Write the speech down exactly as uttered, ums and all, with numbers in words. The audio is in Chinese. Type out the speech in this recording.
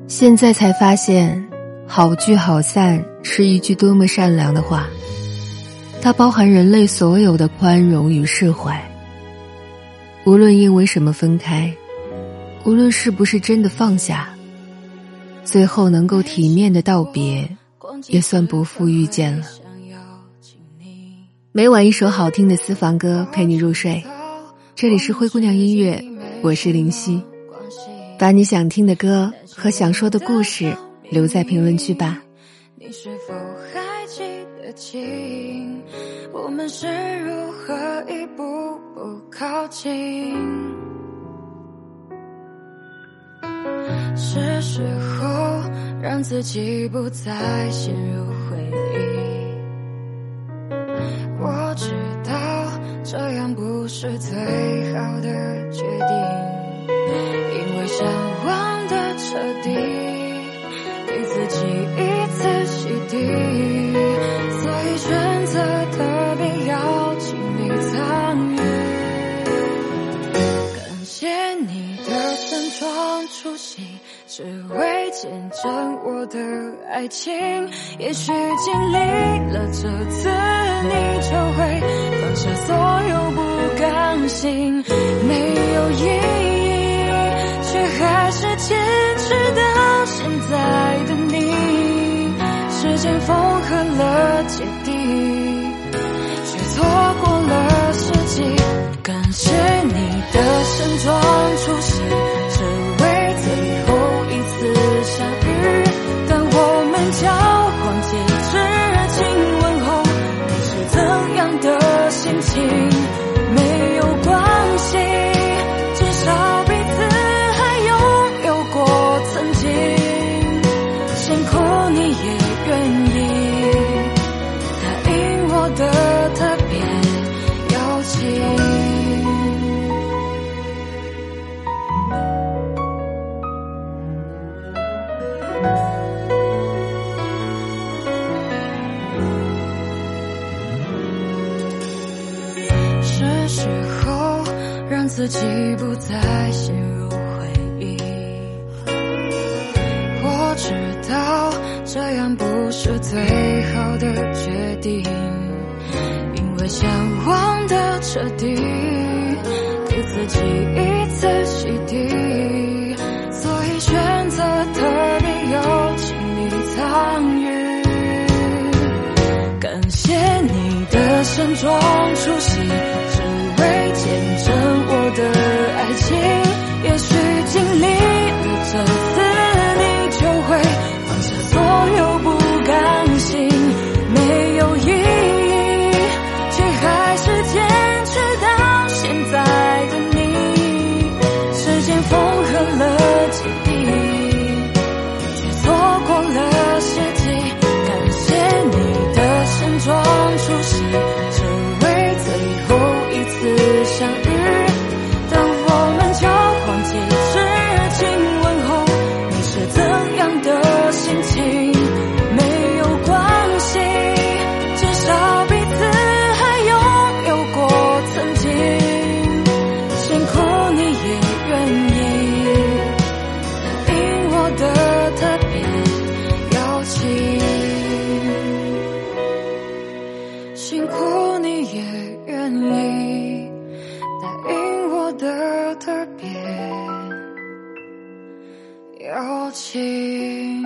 现在才发现，好聚好散是一句多么善良的话，它包含人类所有的宽容与释怀。无论因为什么分开，无论是不是真的放下，最后能够体面的道别，也算不负遇见了。每晚一首好听的私房歌陪你入睡，这里是灰姑娘音乐，我是林夕。把你想听的歌和想说的故事留在评论区吧。 你是否还记得清，我们是如何一步步靠近？是时候让自己不再陷入回忆，我知道这样不是最好的决定，因为想忘的彻底，给自己一次洗涤，所以选择特别邀请你参与。感谢你的盛装出席，只为见证我的爱情，也许经历了这次你就会放下所有不甘心，没有意义，却还是坚持到现在的你。时间缝合了芥蒂，却错过了时机。感谢你的盛装出席，只为最后一次相遇。当我们交换戒指亲吻后，你是怎样的心情？没有关系，至少彼此还拥有过曾经。辛苦你也愿意答应我的特别邀请。是时候让自己不再陷入回忆，我知道这样不是最好的决定，因为想忘的彻底，给自己一次洗涤，所以选择特别邀请你参与。感谢你的盛装出席，只为见证我的爱情，也许经历了这次你就会放下所有不甘心，没有意义，却还是坚持到现在的你。时间缝合了芥蒂，却错过了时机。感谢你的盛装出席，只为最后一次相遇。当我们交换戒指亲吻后，你是怎样的心情？没有关系，至少彼此还拥有过曾经。辛苦你也愿意答应我的特别邀请，辛苦你也愿意答应我的特别邀请。